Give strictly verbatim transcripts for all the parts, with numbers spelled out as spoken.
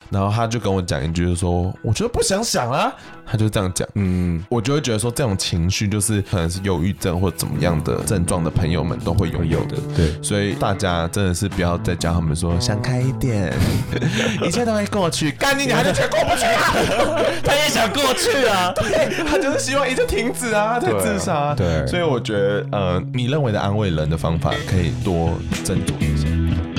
然后他就跟我讲一句，就说我觉得不想想啊，他就这样讲。嗯，我就会觉得说这种情绪就是可能是忧郁症或怎么样的症状的朋友们都会拥有的。 对， 所以大家真的是不要再教他们说想开一点，一切都会过去。干你，你还是觉得过不去啊？ 他也想过去啊， 对，他就是希望一切停止啊，才自杀、啊。 对， 所以我觉得呃，你认为的安慰人的方法可以多斟酌一下。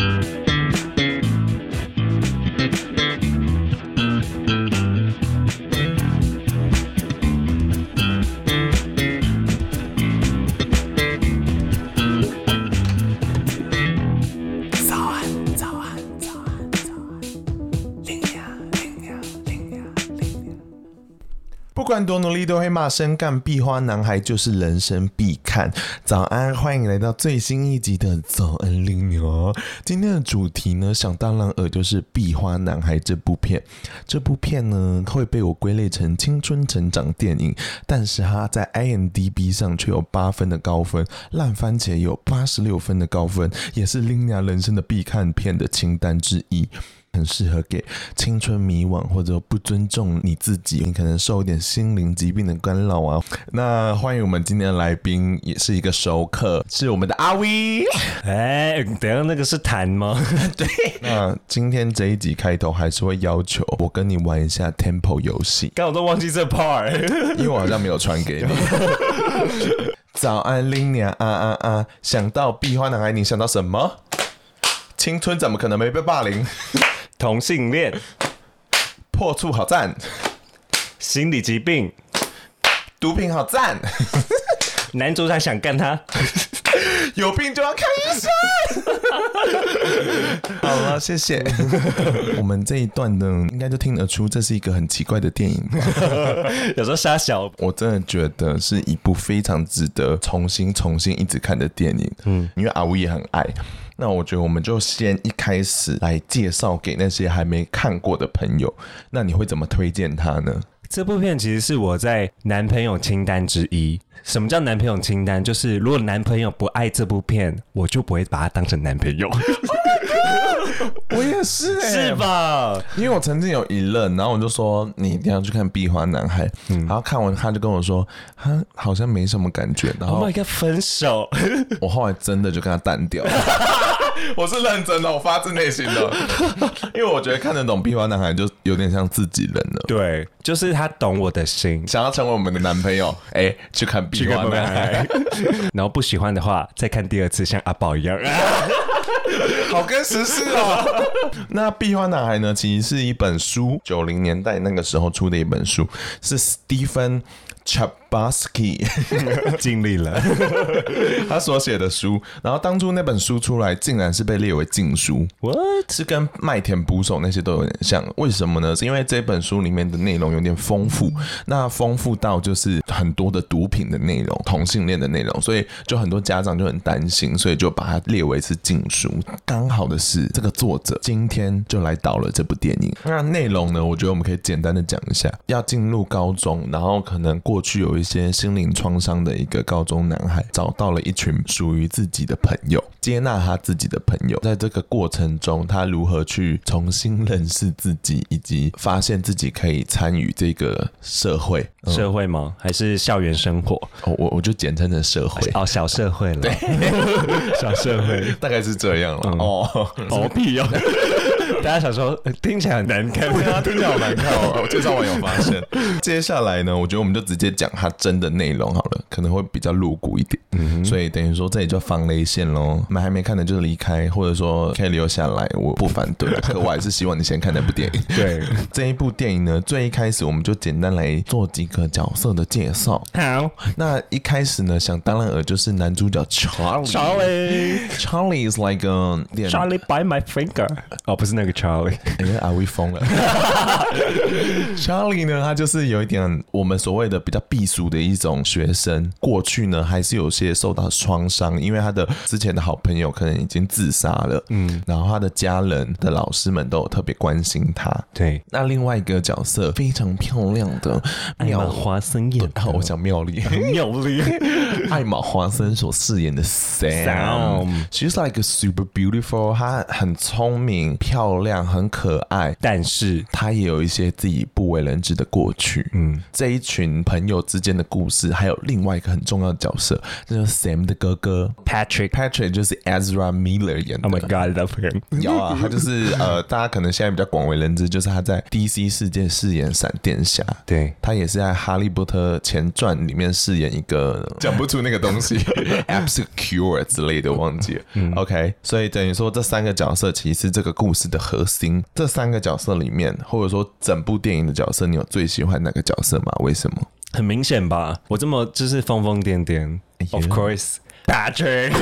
不管多努力都会骂声干，壁花男孩就是人生必看。早安，欢迎来到最新一集的早安林牛。今天的主题呢，想当然尔就是壁花男孩这部片。这部片呢会被我归类成青春成长电影，但是它在 I M D B 上却有八分的高分，烂番茄有八十六分的高分，也是林牛人生的必看片的清单之一。很适合给青春迷惘或者不尊重你自己，你可能受一点心灵疾病的干扰啊。那欢迎我们今天的来宾，也是一个熟客，是我们的阿威。 哎，等一下那个是弹吗？ 对。那今天这一集开头还是会要求我跟你玩一下 Tempo 游戏， 刚我都忘记这 part， 因为我好像没有传给你。早安林娘啊啊啊！想到壁花男孩，你想到什么？青春怎么可能没被霸凌？ 同性恋， 破处好赞， 心理疾病， 毒品好赞， 男主角想干他， 有病就要看医生。好了，谢谢。我们这一段呢，应该就听得出这是一个很奇怪的电影吧。 有时候瞎小， 我真的觉得是一部非常值得重新、重新一直看的电影。嗯，因为阿吴也很爱。那我觉得我们就先一开始来介绍给那些还没看过的朋友，那你会怎么推荐他呢？ 这部片其实是我在男朋友清单之一。什么叫男朋友清单？就是如果男朋友不爱这部片，我就不会把他当成男朋友。 我也是、欸， 是吧？ 因为我曾经有一任，然后我就说你一定要去看《壁花男孩》，嗯，然后看完他就跟我说他好像没什么感觉，然后 Oh my god， 分手。 我后来真的就跟他淡掉了。我是认真的，我发自内心的，因为我觉得看得懂壁花男孩就有点像自己人了。 对，就是他懂我的心， 想要成为我们的男朋友，哎、欸，去看壁花男孩。 然后不喜欢的话，再看第二次，像阿宝一样。 好跟时事哦。那壁花男孩呢，其实是一本书，九零年代那个时候出的一本书，是 Stephen Chbosky 尽力了他所写的书，然后当初那本书出来竟然是被列为禁书。 What？ 是跟麦田捕手那些都有点像。为什么呢？是因为这本书里面的内容有点丰富，那丰富到就是很多的毒品的内容、同性恋的内容，所以就很多家长就很担心，所以就把它列为是禁书。刚好的是这个作者今天就来导了这部电影。那内容呢，我觉得我们可以简单的讲一下。要进入高中，然后可能过去有一些心灵创伤的一个高中男孩，找到了一群属于自己的朋友，接纳他自己的朋友。在这个过程中，他如何去重新认识自己，以及发现自己可以参与这个社会。 嗯、社会吗？还是校园生活？ 哦、我我就简称成社会。 哦，小社会了。对，小社会大概是这样了。嗯、哦， 好屁哦。大家想说听起来很难看， 对啊，听起来好难看哦。我介绍完有发现。接下来呢，我觉得我们就直接讲它真的内容好了，可能会比较露骨一点。嗯，所以等于说这里就防雷线咯。你们还没看的就离开，或者说可以留下来，我不反对。可我还是希望你先看那部电影。 对， 这一部电影呢，最一开始我们就简单来做几个角色的介绍。 好， 那一开始呢，想当然尔就是男主角 Charlie。Charlie Charlie is like a Charlie by my finger。哦，不是那个 Charlie， 哎呀，阿威疯了。Charlie 呢，他就是有一点我们所谓的比较避俗的一种学生，过去呢还是有些受到创伤，因为他的之前的好朋友可能已经自杀了，嗯，然后他的家人的老师们都有特别关心他。 对， 那另外一个角色非常漂亮的艾玛华森演的， 我讲妙丽， 妙丽， 艾玛华森所饰演的 Sam， She's like a super beautiful， 她很聪明、漂亮，很可爱， 但是他也有一些自己不为人知的过去。嗯，这一群朋友之间的故事，还有另外一个很重要的角色，那就是 Sam 的哥哥 Patrick。Patrick 就是 Ezra Miller 演的。 Oh my god, I love him 。 有啊，他就是呃，大家可能现在比较广为人知，就是他在 D C 世界饰演闪电侠。 对， 他也是在《哈利波特前传》里面饰演一个讲不出那个东西，Obscure 之类的，忘记了。嗯、OK， 所以等于说这三个角色其实是这个故事的核心。这三个角色里面，或者说整部电影的角色，你有最喜欢哪个角色吗？为什么？ 很明显吧，我这么就是疯疯癫癫、哎、，Of course。Patrick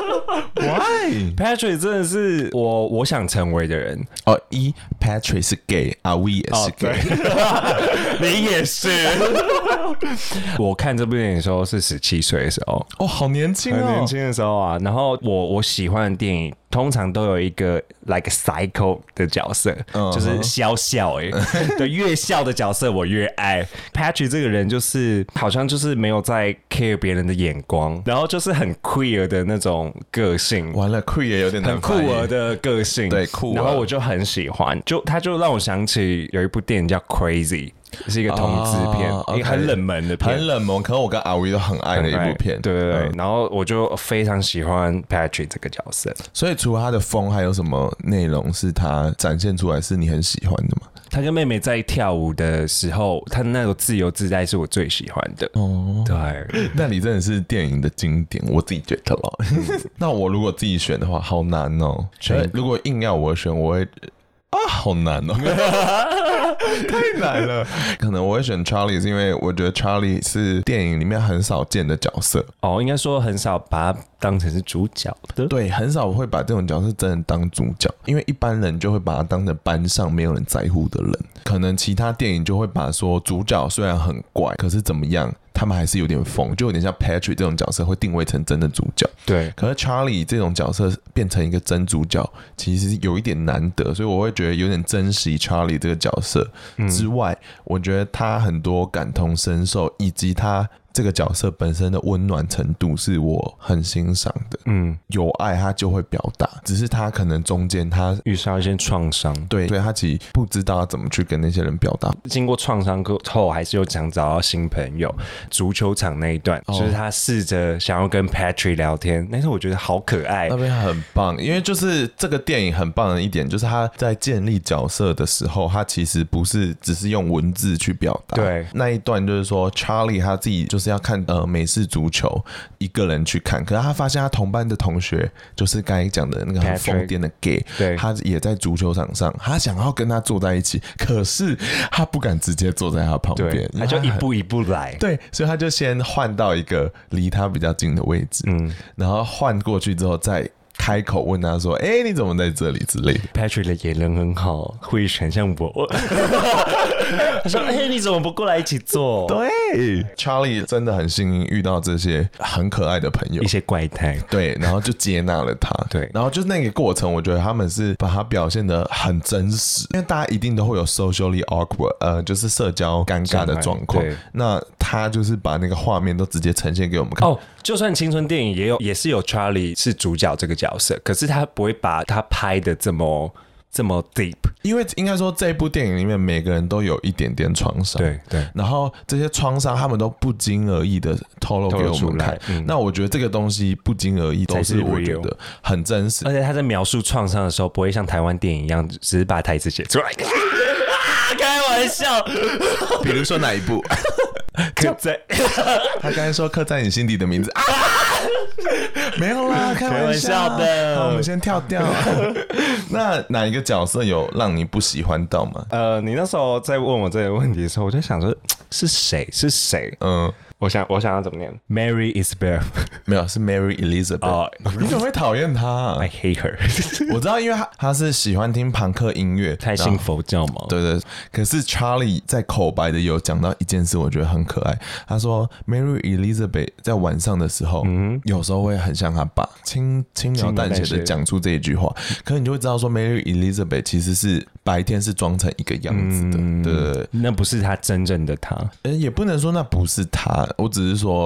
Why? Patrick 真的是我我想成为的人哦。一 Patrick 是 gay， 阿威也是 gay，、 哦、你也是。我看这部电影的时候是十七岁的时候， 哦，好年轻哦， 很年轻的时候啊。然后我我喜欢的电影通常都有一个 like psycho 的角色， uh-huh. 就是笑笑哎、欸，对，越笑的角色我越爱。Patrick 这个人就是好像就是没有在 care 别人的眼光，然后就是很 queer 的那种个性。 完了 ，queer 也有点难很酷儿的个性， 对酷儿。 然后我就很喜欢，就他就让我想起有一部电影叫 Crazy。是一个同志片，哦 okay, 一个很冷门的片， 很冷门。可是我跟阿威都很爱的一部片， 对对对、嗯。然后我就非常喜欢 Patrick 这个角色。 所以除了他的疯，还有什么内容是他展现出来是你很喜欢的吗？ 他跟妹妹在跳舞的时候，他那种自由自在是我最喜欢的。哦，对， 那你真的是电影的经典，我自己觉得咯。那我如果自己选的话，好难哦。如果硬要我选，我会。啊，好难哦，太难了。可能我会选 Charlie， 是因为我觉得 Charlie 是电影里面很少见的角色。 哦，应该说很少把他当成是主角的。 对，很少会把这种角色真的当主角，因为一般人就会把他当成班上没有人在乎的人。可能其他电影就会把说主角虽然很怪，可是怎么样？他们还是有点疯，就有点像 Patrick 这种角色会定位成真的主角。 对， 可是 Charlie 这种角色变成一个真主角，其实有一点难得，所以我会觉得有点珍惜 Charlie 这个角色。之外，嗯、我觉得他很多感同身受，以及他这个角色本身的温暖程度是我很欣赏的。嗯，有爱他就会表达，只是他可能中间他遇上一些创伤， 对，所以他其实不知道怎么去跟那些人表达。 经过创伤后，还是有想找到新朋友。足球场那一段，哦、就是他试着想要跟 Patrick 聊天，但是我觉得好可爱， 那边很棒。因为就是这个电影很棒的一点，就是他在建立角色的时候，他其实不是只是用文字去表达。 对， 那一段就是说 Charlie 他自己就是要看呃美式足球，一个人去看，可是他发现他同班的同学就是刚才讲的那个很疯癫的 gay， 对， 他也在足球场上，他想要跟他坐在一起，可是他不敢直接坐在他旁边， 他就一步一步来。 对，所以他就先换到一个离他比较近的位置，嗯，然后换过去之后再开口问他说：“哎、欸，你怎么在这里？”之类的。 Patrick 的眼人很好，会很像我。他说：“哎、欸，你怎么不过来一起做？” 对 ，Charlie 真的很幸运遇到这些很可爱的朋友， 一些怪胎。 对，然后就接纳了他。 对， 然后就是那个过程，我觉得他们是把它表现得很真实，因为大家一定都会有 socially awkward， 呃，就是社交尴尬的状况。那他就是把那个画面都直接呈现给我们看。 哦，就算青春电影也有，也是有 Charlie 是主角这个角色，可是他不会把他拍的这么这么 deep， 因为应该说这部电影里面每个人都有一点点创伤， 对对， 然后这些创伤他们都不经而意的透露给我们看，嗯、那我觉得这个东西不经而意都是我觉得很真实， 而且他在描述创伤的时候不会像台湾电影一样只是把台词写出来，开玩笑， 比如说哪一部？ 刻在他刚才说刻在你心底的名字啊，没有啦，开玩笑的。好，我们先跳掉。那哪一个角色有让你不喜欢到吗？ 呃，你那时候在问我这个问题的时候，我就想说是谁？是谁？嗯。我想，我想要怎么念 ？Mary Isabel 没有，是 Mary Elizabeth。哦，你怎么会讨厌她、啊、 ？I hate her 。 我知道，因为她她是喜欢听朋克音乐， 太信佛教嘛。 对对。可是 Charlie 在口白的有讲到一件事，我觉得很可爱。他说 Mary Elizabeth 在晚上的时候，嗯，有时候会很像他爸，轻轻描淡写的讲出这一句话。可是你就会知道说 Mary Elizabeth 其实是白天是装成一个样子的，嗯、对， 那不是他真正的他。 呃，也不能说那不是他。我只是说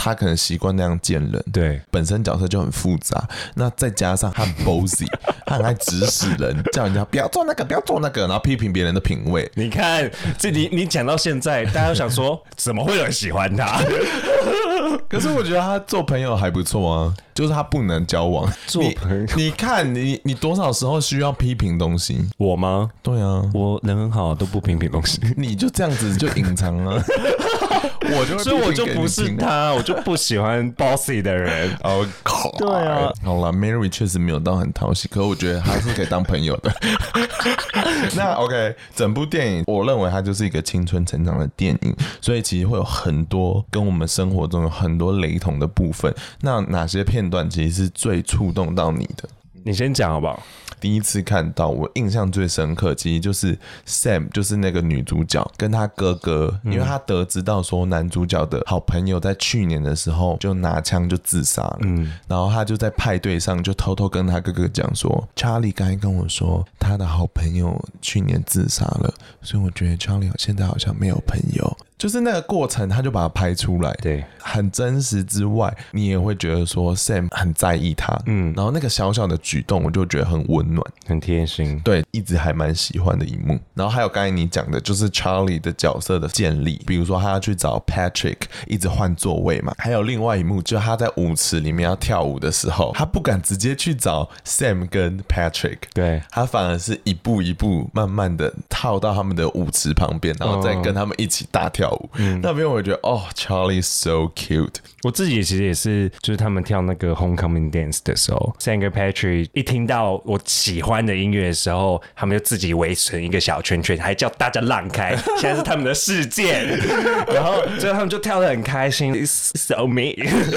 他可能习惯那样见人， 对， 本身角色就很复杂，那再加上他很 bossy， 他很爱指使人，叫人家不要做那个，不要做那个，然后批评别人的品味。 你看，这你你讲到现在，大家都想说，怎么会有人喜欢他？ 可是我觉得他做朋友还不错啊，就是他不能交往。 做朋友， 你, 你看你你多少时候需要批评东西？ 我吗？ 对啊， 我人很好，都不批评东西。 你就这样子就隐藏啊。我就所以我就不是他，我就不喜欢 bossy 的人。 哦，靠！ 对啊， 好啦 Mary 确实没有到很讨喜，可我觉得还是可以当朋友的。那 OK， 整部电影我认为它就是一个青春成长的电影，所以其实会有很多跟我们生活中有很多雷同的部分。那哪些片段其实是最触动到你的？ 你先讲好不好？ 第一次看到我印象最深刻，其实就是 Sam， 就是那个女主角跟她哥哥，因为她得知到说男主角的好朋友在去年的时候就拿枪就自杀了，嗯，然后她就在派对上就偷偷跟她哥哥讲说 ，Charlie 刚才跟我说他的好朋友去年自杀了，所以我觉得 Charlie 现在好像没有朋友。就是那个过程，他就把它拍出来， 对， 很真实之外，你也会觉得说 Sam 很在意他，嗯，然后那个小小的举动，我就觉得很温暖， 很贴心， 对，一直还蛮喜欢的一幕。然后还有刚才你讲的，就是 Charlie 的角色的建立，比如说他要去找 Patrick， 一直换座位嘛。还有另外一幕，就是他在舞池里面要跳舞的时候，他不敢直接去找 Sam 跟 Patrick， 对，他反而是一步一步慢慢的套到他们的舞池旁边，然后再跟他们一起大跳。嗯、那边我觉得哦 ，Charlie so cute。 我自己其实也是，就是他们跳那个 Homecoming Dance 的时候 ，Sam 跟 Patrick 一听到我喜欢的音乐的时候，他们就自己围成一个小圈圈，还叫大家让开，现在是他们的世界。然后最后他们就跳得很开心 ，It's so me,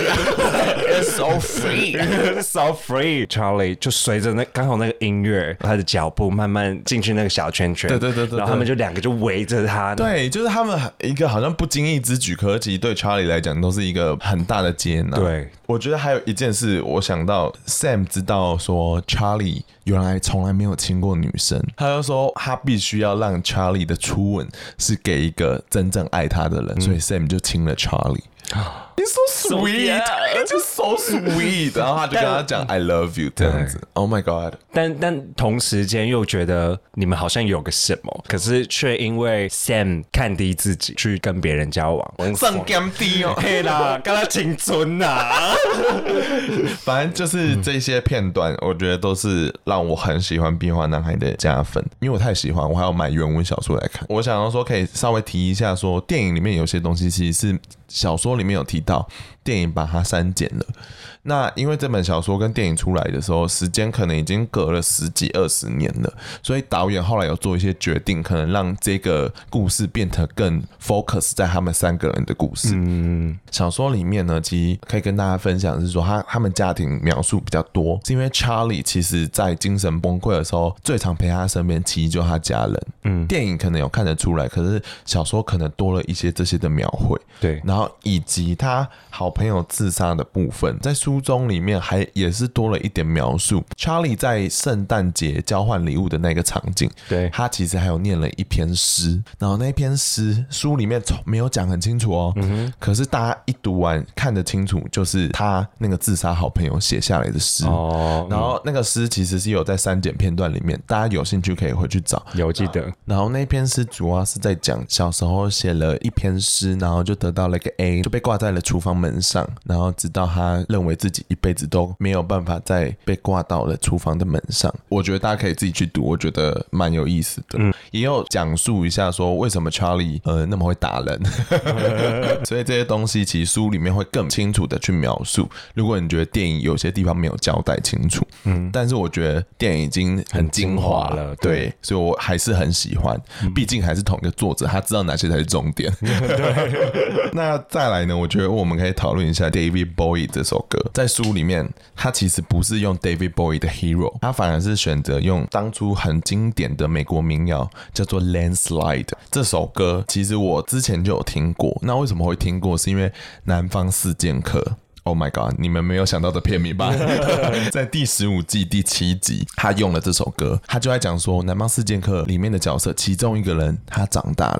It's so free, so free. Charlie 就随着那刚好那个音乐，他的脚步慢慢进去那个小圈圈， 对对 对, 对, 对， 然后他们就两个就围着他， 对，就是他们一个好像不经意之举，可是其实对 Charlie 来讲都是一个很大的接纳。 对， 我觉得还有一件事，我想到 Sam 知道说 Charlie 原来从来没有亲过女生，他就说他必须要让 Charlie 的初吻是给一个真正爱他的人，嗯、所以 Sam 就亲了 Charlie。It's so sweet, it's just so sweet。然后他就跟他讲 I love you 这样子。Oh my god！ 但但同时间又觉得你们好像有个什么，可是却因为 Sam 看低自己去跟别人交往， 上干低哦， 嘿啦，跟他青春呐。 反正就是这些片段，我觉得都是让我很喜欢《壁花男孩》的加分，因为我太喜欢，我还要买原文小说来看。我想要说可以稍微提一下说，电影里面有些东西其实是小说里面有提到，电影把它删减了。那因为这本小说跟电影出来的时候，时间可能已经隔了十几二十年了，所以导演后来有做一些决定，可能让这个故事变得更 focus 在他们三个人的故事。嗯，小说里面呢，其实可以跟大家分享的是说，他他们家庭描述比较多，是因为 Charlie 其实在精神崩溃的时候，最常陪他身边其实就是他家人。嗯，电影可能有看得出来，可是小说可能多了一些这些的描绘。 对， 然后以及他好朋友自杀的部分，在书中里面还也是多了一点描述。Charlie 在圣诞节交换礼物的那个场景， 对， 他其实还有念了一篇诗，然后那篇诗书里面没有讲很清楚哦，嗯、可是大家一读完看得清楚，就是他那个自杀好朋友写下来的诗。哦，然后那个诗其实是有在删减片段里面，大家有兴趣可以回去找。 有记得。 然后那篇诗主要是在讲小时候写了一篇诗，然后就得到了一个 A， 就被挂在了厨房门上，然后直到他认为自己一辈子都没有办法再被挂到了厨房的门上。我觉得大家可以自己去读，我觉得蛮有意思的。嗯，也有讲述一下说为什么 Charlie 呃那么会打人，所以这些东西其实书里面会更清楚的去描述。如果你觉得电影有些地方没有交代清楚，嗯，但是我觉得电影已经很精华了，对，对，所以我还是很喜欢。毕竟还是同一个作者，他知道哪些才是重点。对，那再来呢？我觉得我们可以讨论一下 David Bowie 这首歌。在书里面，他其实不是用 David Bowie 的 Hero， 他反而是选择用当初很经典的美国民谣叫做 Landslide。这首歌其实我之前就有听过，那为什么会听过？是因为南方四剑客。Oh my god！ 你们没有想到的片名吧？在第十五季第七集，他用了这首歌，他就在讲说，《南方四剑客》里面的角色，其中一个人他长大了。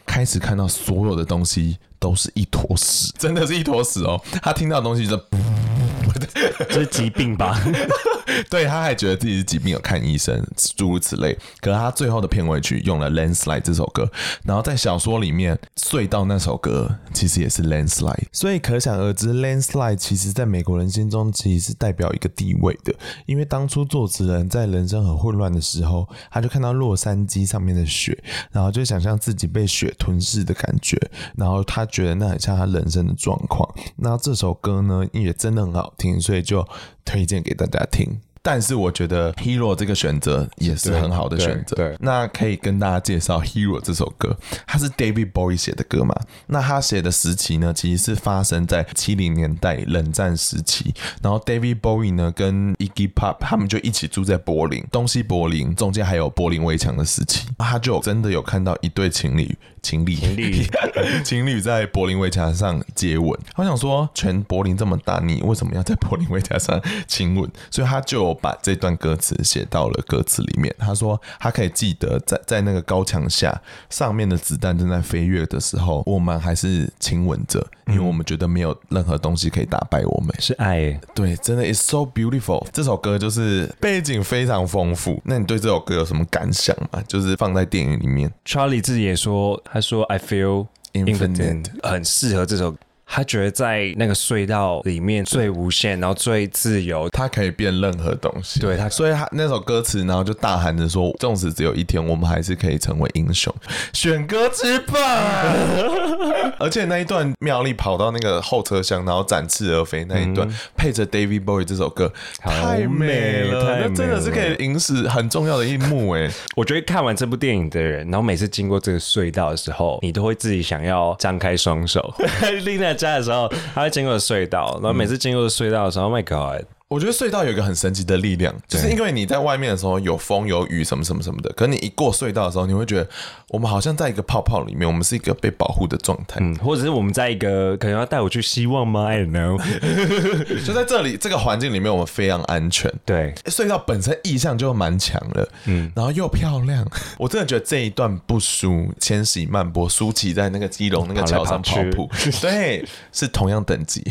开始看到所有的东西都是一坨屎，真的是一坨屎哦。他听到的东西就这是疾病吧？ 对，他还觉得自己是疾病，有看医生，诸如此类。可是他最后的片尾曲用了 Landslide 这首歌，然后在小说里面隧道那首歌其实也是 Landslide， 所以可想而知 Landslide 其实在美国人心中其实是代表一个地位的。因为当初作词人在人生很混乱的时候，他就看到洛杉矶上面的雪，然后就想象自己被雪吞噬的感觉，然后他觉得那很像他人生的状况。那这首歌呢也真的很好听，所以就推荐给大家听。但是我觉得 Hero 这个选择也是很好的选择。 对， 那可以跟大家介绍 Hero 这首歌，它是 David Bowie 写的歌嘛？那他写的时期呢，其实是发生在七零年代冷战时期。然后 David Bowie 呢跟 Iggy Pop 他们就一起住在柏林，东西柏林中间还有柏林围墙的时期。他就真的有看到一对情侣。情侣情侣情侣在柏林围墙上接吻，我想说全柏林这么大，你为什么要在柏林围墙上亲吻？所以他就把这段歌词写到了歌词里面。他说他可以记得在在那个高墙下，上面的子弹正在飞跃的时候，我们还是亲吻着，因为我们觉得没有任何东西可以打败我们， 是爱耶。 对，真的 it's so beautiful。这首歌就是背景非常丰富。那你对这首歌有什么感想吗？就是放在电影里面 ，Charlie 自己也说。他说 I feel infinite， 很适合这首。他觉得在那个隧道里面最无限，然后最自由， 他可以变任何东西。 对他， 所以他那首歌词，然后就大喊着说：“纵使只有一天，我们还是可以成为英雄。”选歌之棒！而且那一段妙丽跑到那个后车厢，然后展翅而飞那一段，嗯、配着 David Bowie 这首歌，太美了，太美了，那真的是可以影史很重要的一幕哎。 我觉得看完这部电影的人，然后每次经过这个隧道的时候，你都会自己想要张开双手。丽娜家的时候，他会经过隧道，然后每次经过隧道的时候、嗯、，Oh my God！ 我觉得隧道有一个很神奇的力量，就是因为你在外面的时候有风有雨什么什么什么的，可是你一过隧道的时候，你会觉得我们好像在一个泡泡里面，我们是一个被保护的状态， 嗯，或者是我们在一个可能要带我去希望吗 ？I don't know 。 就在这里这个环境里面，我们非常安全。 对， 隧道本身意象就蛮强了，嗯，然后又漂亮，我真的觉得这一段不输千禧曼波舒淇在那个基隆那个桥上跑步，对，是同样等级。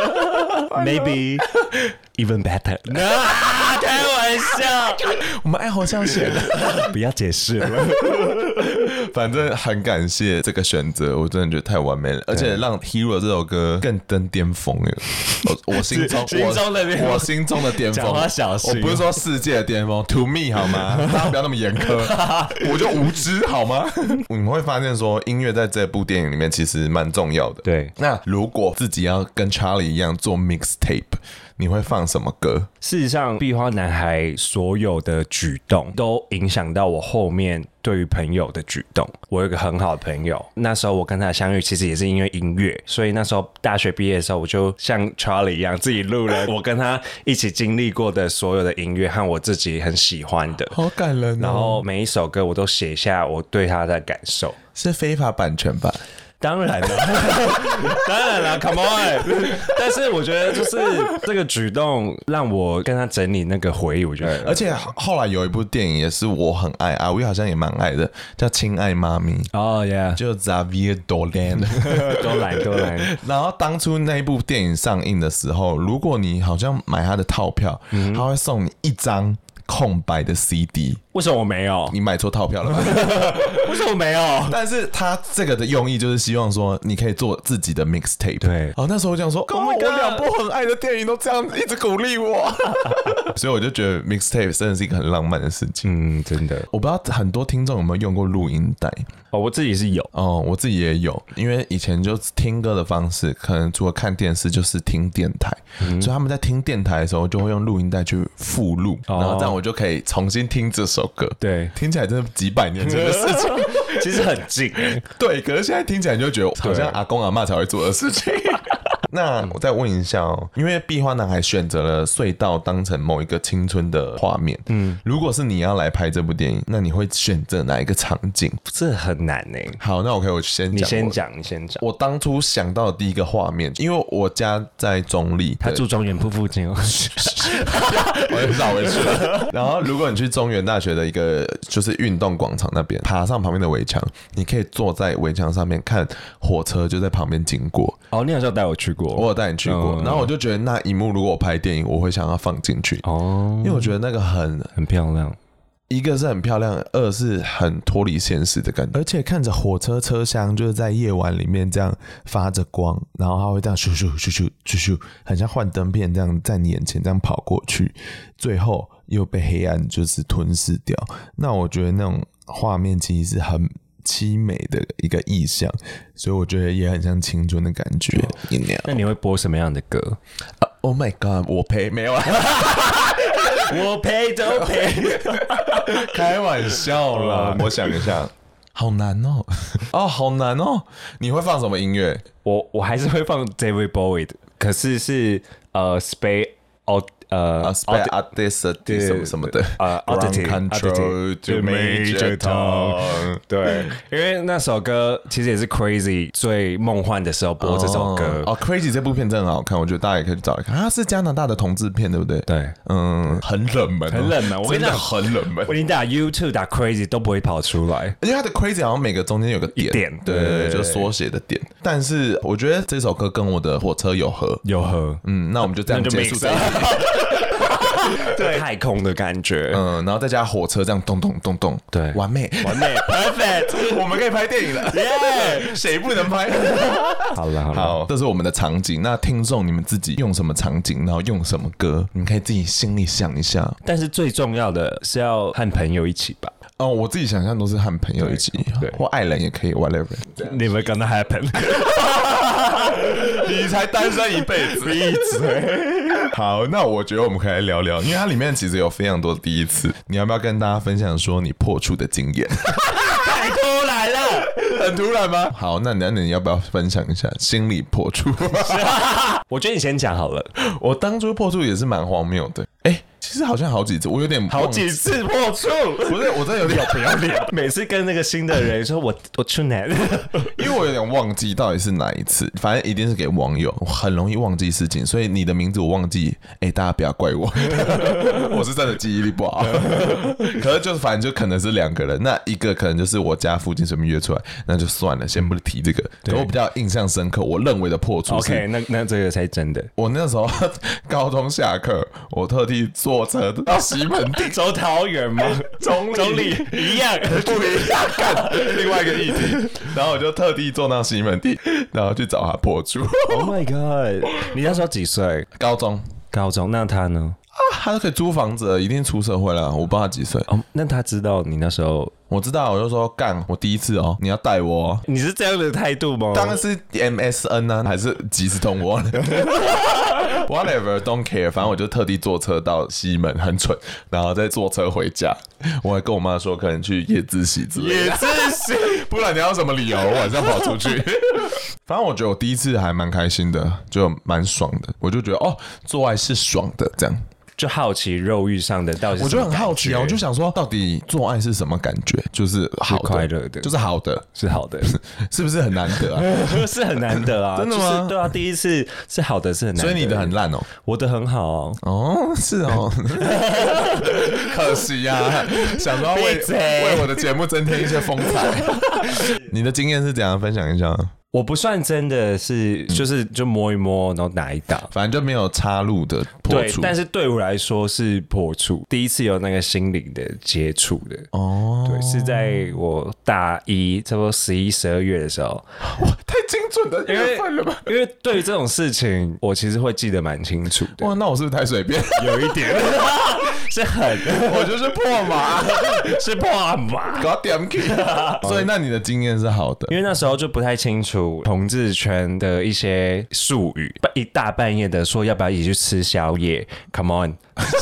Maybe even better 啊！开玩笑， 我们爱侯孝贤， 不要解释了。 反正很感谢这个选择，我真的觉得太完美了，而且让 Hero 这首歌更登巅峰了。我, 我心中心中的我, 我心中的巅峰， 讲话小心， 我不是说世界的巅峰 ，To me 好吗？大家不要那么严苛，我就无知好吗？你们会发现说，音乐在这部电影里面其实蛮重要的。 对， 那如果自己要跟 Charlie 一样做 mixtape， 你会放什么歌？ 事实上，壁花男孩所有的举动都影响到我后面对于朋友的举动。我有一个很好的朋友，那时候我跟他相遇，其实也是因为音乐，所以那时候大学毕业的时候，我就像 Charlie 一样，自己录了我跟他一起经历过的所有的音乐和我自己很喜欢的， 好感人哦。 然后每一首歌我都写下我对他的感受， 是非法版权吧？ 当然了，当然了 ，Come on！ 但是我觉得就是这个举动让我跟他整理那个回忆，我觉得。 而且后来有一部电影也是我很爱，阿威好像也蛮爱的，叫《亲爱妈咪》。 哦、oh, ，Yeah， 就 Xavier Dolan， 都来都来。 然后当初那一部电影上映的时候，如果你好像买他的套票，嗯、他会送你一张空白的 C D。 为什么我没有？ 你买错套票了吧？ 为什么我没有？ 但是他这个的用意就是希望说，你可以做自己的 mixtape。 对， 哦，那时候我想说， Oh my God， 我两部很爱的电影都这样一直鼓励我，所以我就觉得 mixtape 真的是一个很浪漫的事情。 嗯，真的。 我不知道很多听众有没有用过录音带。 哦，我自己是有。 哦，我自己也有，因为以前就听歌的方式，可能除了看电视就是听电台，嗯、所以他们在听电台的时候就会用录音带去附录，哦、然后这样我就可以重新听这首歌。 对， 听起来真的几百年前的事情， 其实很近。 对，可是现在听起来就觉得好像阿公阿嬷才会做的事情。 那我再问一下哦，因为壁花男孩选择了隧道当成某一个青春的画面，嗯，如果是你要来拍这部电影，那你会选择哪一个场景？ 这很难呢、欸。 好，那 OK， 我先讲， 你先讲，你先讲。 我当初想到的第一个画面，因为我家在中立， 他住中原铺附近哦， 我也不知道回去了。然后，如果你去中原大学的一个就是运动广场那边，爬上旁边的围墙，你可以坐在围墙上面看火车就在旁边经过。 哦，你好像带我去过， 我有带你去过。嗯、然后我就觉得那一幕，如果我拍电影，我会想要放进去哦，因为我觉得那个很很漂亮。 一个是很漂亮，二是很脱离现实的感觉，而且看着火车车厢就是在夜晚里面这样发着光，然后它会这样咻咻咻咻咻咻，很像幻灯片这样在你眼前这样跑过去，最后又被黑暗就是吞噬掉。那我觉得那种画面其实是很凄美的一个意象，所以我觉得也很像青春的感觉。 那你会播什么样的歌、 uh,？Oh my god， 我陪没有啊。 我陪都陪， 开玩笑啦！我想一下，好难哦，哦，好难哦！你会放什么音乐？ 我我还是会放 David Bowie 的，可是是呃 Space Out 呃 Space Oddity 什么什么的， 呃 Oddity Control to Major Tom。 对，因为那首歌其实也是 Crazy 最梦幻的时候播这首歌。 哦 ，Crazy 这部片真的很好看，我觉得大家也可以去找来看。它是加拿大的同志片，对不对？ 对， 嗯，很冷门， 很冷门。我跟你讲， 很冷门。 我跟你打 YouTube 打 Crazy 都不会跑出来， 因为它的 Crazy 好像每个中间有个点， 点对对对，就缩写的点。但是我觉得这首歌跟我的火车有合， 有合。 嗯，那我们就这样结束这一集。 对，太空的感觉， 嗯，然后再加火车这样咚咚咚咚， 对， 完美， 完美 ，perfect， 我们可以拍电影了，耶！谁不能拍？ 好了，好了， 好，这是我们的场景。那听众你们自己用什么场景，然后用什么歌，你可以自己心里想一下。 但是最重要的是要和朋友一起吧。 哦，我自己想象都是和朋友一起，对，或爱人也可以 ，whatever。 Never gonna happen 。 你才单身一辈子， 闭嘴。 好，那我觉得我们可以来聊聊，因为它里面其实有非常多的第一次，你要不要跟大家分享说你破处的经验？ 太突然了， 很突然吗？好，那那你要不要分享一下心理破处？ 我觉得你先讲好了。 我当初破处也是蛮荒谬的，哎、欸。其实好像好几次，我有点好几次破处， 不是，我真的有点不要脸。每次跟那个新的人说我我处男， 因为我有点忘记到底是哪一次，反正一定是给网友，我很容易忘记事情，所以你的名字我忘记，哎、欸，大家不要怪我，我是真的记忆力不好。可是就是反正就可能是两个人，那一个可能就是我家附近随便约出来，那就算了，先不提这个。可我比较印象深刻，我认为的破处是 ，OK， 那那这个才真的。 我那时候高中下课，我特地坐车到西门町， 走桃园吗？ 中中立一样， 不一样，看另外一个议题。然后我就特地坐到西门町，然后去找他破处。 Oh my god！ 你那时候几岁？ 高中， 高中。那他呢？ 啊，他都可以租房子了，一定出社会了。我不知道他几岁。 哦，那他知道你那时候？ 我知道，我就说干，我第一次哦，你要带我、哦。 你是这样的态度吗？ 当然是 M S N 啊，还是即时通我？Whatever, don't care。反正我就特地坐车到西门，很蠢，然后再坐车回家。我还跟我妈说，可能去夜自习之类的。 夜自习， 不然你要什么理由晚上跑出去？反正我觉得我第一次还蛮开心的，就蛮爽的。我就觉得哦，做爱是爽的，这样。 就好奇肉欲上的到底是什么感觉， 我就很好奇啊，我就想说，到底做爱是什么感觉？就是好的， 是快乐的， 就是好的， 是好的， 是不是很难得啊？ 是很难得啊， 真的吗？ 就是、对啊，第一次是好的，是很难得。 所以你的很烂哦， 我的很好哦。 哦，是哦，可惜啊，想说为为我的节目增添一些风采。你的经验是怎样？分享一下。 我不算真的是，就是就摸一摸，然后打一打， 反正就没有插入的破处。 对，但是对我来说是破处，第一次有那个心灵的接触的。哦，对，是在我大一差不多十一、十二月的时候。 哇，太精准的月份了吧？ 因为对于这种事情，我其实会记得蛮清楚的。 哇，那我是不是太随便？ 有一点。是很， 我就是破马， 是破马， 搞点 K。所以那你的经验是好的， 因为那时候就不太清楚同志圈的一些术语，一大半夜的说要不要一起去吃宵夜 ，Come on，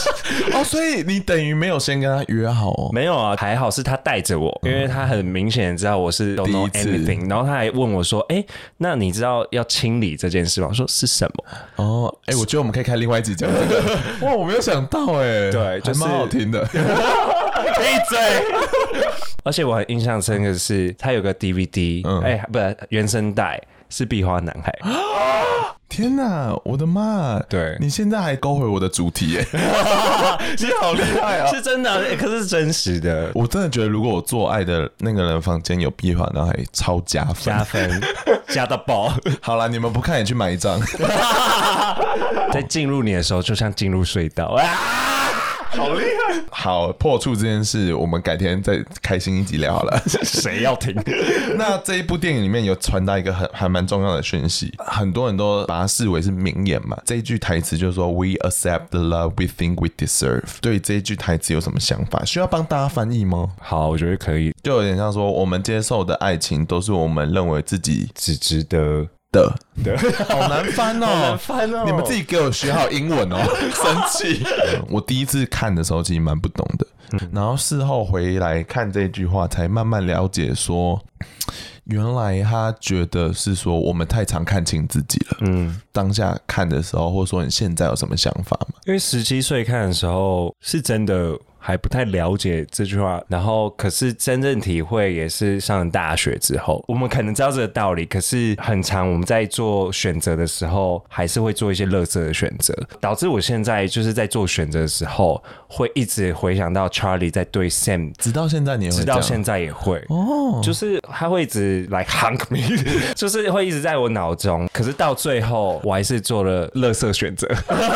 哦，所以你等于没有先跟他约好哦？ 没有啊，还好是他带着我，因为他很明显知道我是 don't know anything， 然后他还问我说：“哎、欸，那你知道要清理这件事吗？”我说：“是什么？” 哦，哎、欸，我觉得我们可以开另外一集讲这个。哇，我没有想到哎、欸， 对，就是蛮好听的。 闭嘴！而且我很印象深刻的是，他有个 D V D， 哎、嗯欸，不是原声带是《壁花男孩》。 天哪，我的妈！ 对， 你现在还勾回我的主题耶，你好厉害啊！ 是真的、欸，可是是真实的。 我真的觉得，如果我做爱的那个人房间有壁花男孩，超加分， 加分，加到爆。 好啦，你们不看也去买一张。 在进入你的时候，就像进入隧道啊！ 好厉害！好，破处这件事，我们改天再开心一集聊好了。 谁要听？ 那这一部电影里面有传达一个很还蛮重要的讯息，很多人都把它视为是名言嘛。这一句台词就是说 "We accept the love we think we deserve"。对这一句台词有什么想法？需要帮大家翻译吗？ 好，我觉得可以， 就有点像说，我们接受的爱情都是我们认为自己只值得。 的的，好难翻哦， 好难翻哦！ 你们自己给我学好英文哦，生气。我第一次看的时候其实蛮不懂的，嗯、然后事后回来看这句话，才慢慢了解说，原来他觉得是说我们太常看清自己了。嗯，当下看的时候，或者说你现在有什么想法吗？ 因为十七岁看的时候，是真的还不太了解这句话，然后可是真正体会也是上了大学之后，我们可能知道这个道理，可是很常我们在做选择的时候，还是会做一些垃圾的选择，导致我现在就是在做选择的时候，会一直回想到 Charlie 在对 Sam， 直到现在你也会这样， 直到现在也会哦，就是他会一直来 hunk me， 就是会一直在我脑中，可是到最后我还是做了垃圾选择。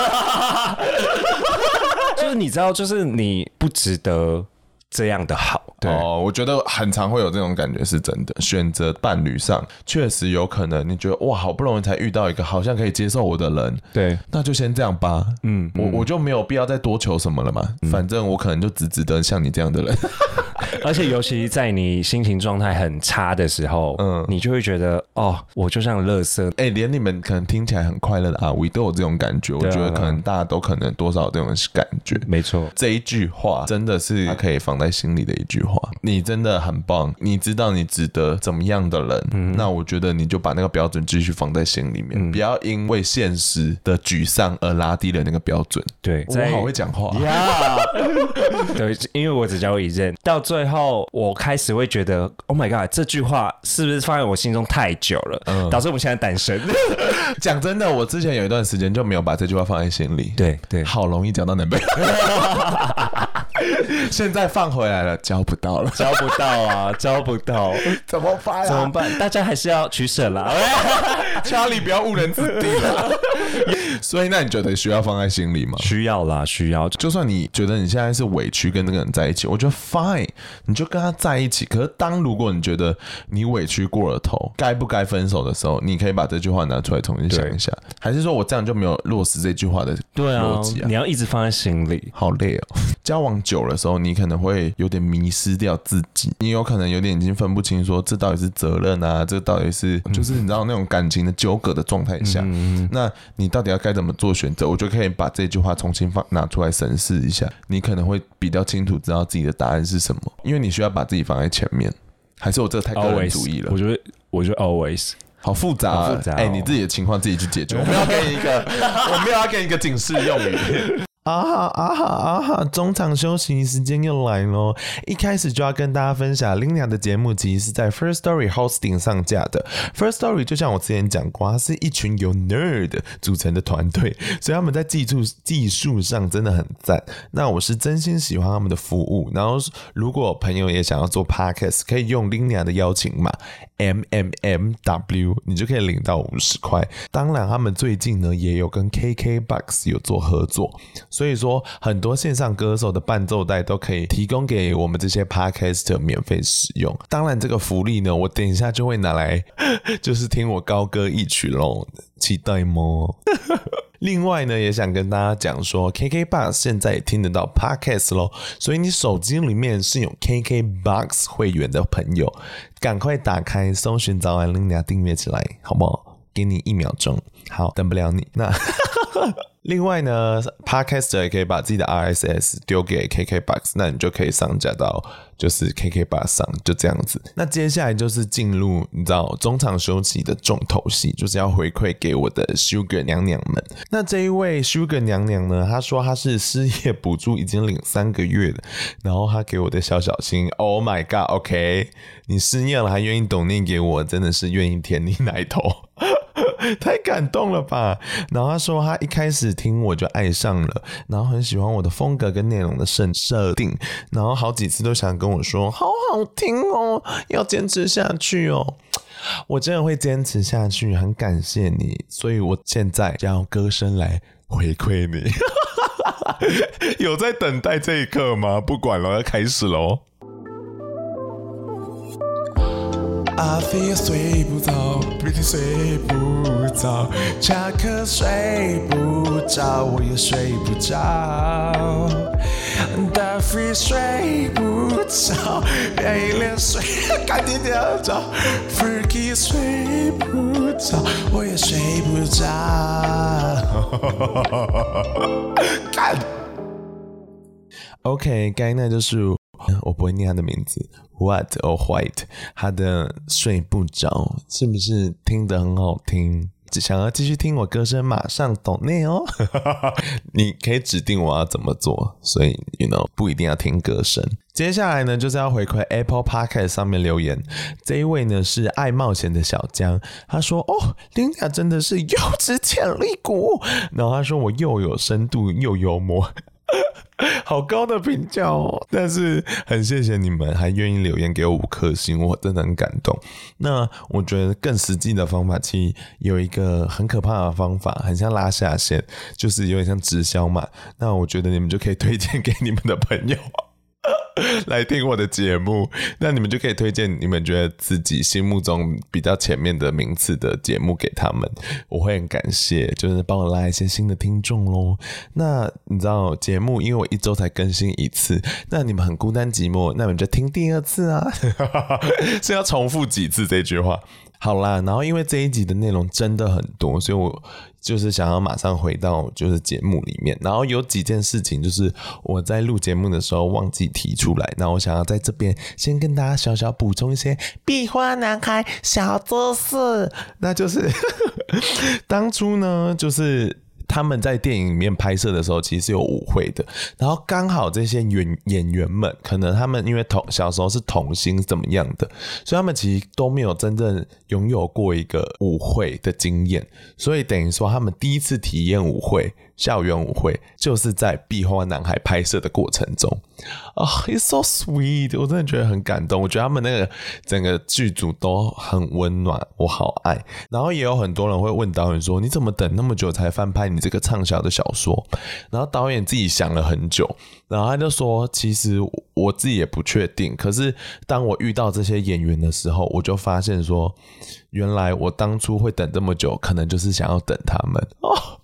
就是你知道，就是你不值得这样的好。对哦，我觉得很常会有这种感觉，是真的。选择伴侣上，确实有可能你觉得哇，好不容易才遇到一个好像可以接受我的人， 对， 那就先这样吧。嗯，我我就没有必要再多求什么了嘛。嗯、反正我可能就只值得像你这样的人。 而且尤其在你心情状态很差的时候，嗯，你就会觉得哦，我就像垃圾。 哎、欸，连你们可能听起来很快乐的阿威都有这种感觉，我觉得可能大家都可能多少有这种感觉。 没错， 这一句话真的是他可以放在心里的一句话。你真的很棒，你知道你值得怎么样的人，嗯、那我觉得你就把那个标准继续放在心里面，嗯、不要因为现实的沮丧而拉低了那个标准。 对， 我好会讲话呀。Yeah 对，因为我只交过一任，到最后我开始会觉得 ，Oh my God， 这句话是不是放在我心中太久了，嗯、导致我们现在单身？ 讲真的，我之前有一段时间就没有把这句话放在心里。 对对， 好容易讲到男朋友。现在放回来了，交不到了， 交不到啊，交不到， 怎么办啊？ 怎么办？大家还是要取舍啦。 Charlie 不要误人子弟了。所以，那你觉得需要放在心里吗？ 需要啦，需要。 就算你觉得你现在是委屈跟这个人在一起，我觉得 fine， 你就跟他在一起。可是，当如果你觉得你委屈过了头，该不该分手的时候，你可以把这句话拿出来重新想一下。还是说我这样就没有落实这句话的逻辑啊？ 你要一直放在心里， 好累哦。交往久的时候，你可能会有点迷失掉自己，你有可能有点已经分不清说这到底是责任啊，这到底是就是你知道那种感情的纠葛的状态下，嗯、那你到底要该怎么做选择？我就可以把这句话重新放拿出来审视一下，你可能会比较清楚知道自己的答案是什么，因为你需要把自己放在前面。还是我这个太个人主义了？ Always, 我觉得，我觉得 always。 好复杂、啊，哎、哦欸，你自己的情况自己去解决。我没有要给你一个，我没有要给你一个警示用语。啊哈啊哈啊哈！中场休息时间又来咯。一开始就要跟大家分享 Linia 的节目其实是在 First Story Hosting 上架的。First Story 就像我之前讲过，它是一群由 nerd 组成的团队，所以他们在技术技术上真的很赞。那我是真心喜欢他们的服务。然后如果朋友也想要做 Podcast， 可以用 Linia 的邀请码 M M M W， 你就可以领到五十块。当然，他们最近呢也有跟 K K B O X 有做合作。所以说很多线上歌手的伴奏带都可以提供给我们这些 podcaster 免费使用。当然这个福利呢，我等一下就会拿来就是听我高歌一曲咯，期待吗？另外呢，也想跟大家讲说 K K B O X 现在也听得到 podcast 咯，所以你手机里面是有 K K B O X 会员的朋友，赶快打开搜寻早安Linia订阅起来好不好？给你一秒钟，好，等不了你。那另外呢 Podcaster 也可以把自己的 R S S 丢给 K K B O X， 那你就可以上架到就是 K K B O X 上，就这样子。那接下来就是进入你知道中场休息的重头戏，就是要回馈给我的 Sugar 娘娘们。那这一位 Sugar 娘娘呢，她说她是失业补助已经领三个月了，然后她给我的小小心 Oh my god OK， 你失业了还愿意抖内给我，真的是愿意舔你奶头太感动了吧。然后他说他一开始听我就爱上了，然后很喜欢我的风格跟内容的设定，然后好几次都想跟我说好好听哦，要坚持下去哦。我真的会坚持下去，很感谢你，所以我现在就要歌声来回馈你有在等待这一刻吗？不管了，要开始咯。阿飞睡不着 ，Pretty 睡不着，恰克睡不着，我也睡不着。大飞睡不着，贝莲睡，赶紧点着。Fergie 睡不着，我也睡不着。干。OK， 该那就是我不会念他的名字 ，What or White， 他的睡不着，是不是听得很好听？想要继续听我歌声，马上抖内哦。你可以指定我要怎么做，所以 you know 不一定要听歌声。接下来呢，就是要回馈 Apple Podcast 上面留言。这一位呢是爱冒险的小江，他说：“哦，林雅真的是优质潜力股。”然后他说我又有深度又幽默。好高的评价哦，但是很谢谢你们还愿意留言给我五颗星，我真的很感动。那我觉得更实际的方法，其实有一个很可怕的方法，很像拉下线，就是有点像直销嘛。那我觉得你们就可以推荐给你们的朋友来听我的节目，那你们就可以推荐你们觉得自己心目中比较前面的名次的节目给他们，我会很感谢，就是帮我拉一些新的听众咯。那你知道节目因为我一周才更新一次，那你们很孤单寂寞，那你们就听第二次啊是要重复几次这句话。好啦，然后因为这一集的内容真的很多，所以我就是想要马上回到就是节目里面，然后有几件事情就是我在录节目的时候忘记提出来，那我想要在这边先跟大家小小补充一些壁花男孩小知识，那就是当初呢就是他们在电影里面拍摄的时候其实是有舞会的，然后刚好这些演演员们可能他们因为童小时候是童星怎么样的，所以他们其实都没有真正拥有过一个舞会的经验，所以等于说他们第一次体验舞会校园舞会就是在壁花男孩拍摄的过程中啊、oh, it's so sweet， 我真的觉得很感动，我觉得他们那个整个剧组都很温暖，我好爱。然后也有很多人会问导演说你怎么等那么久才翻拍你这个畅销的小说，然后导演自己想了很久，然后他就说其实我自己也不确定，可是当我遇到这些演员的时候，我就发现说原来我当初会等这么久可能就是想要等他们哦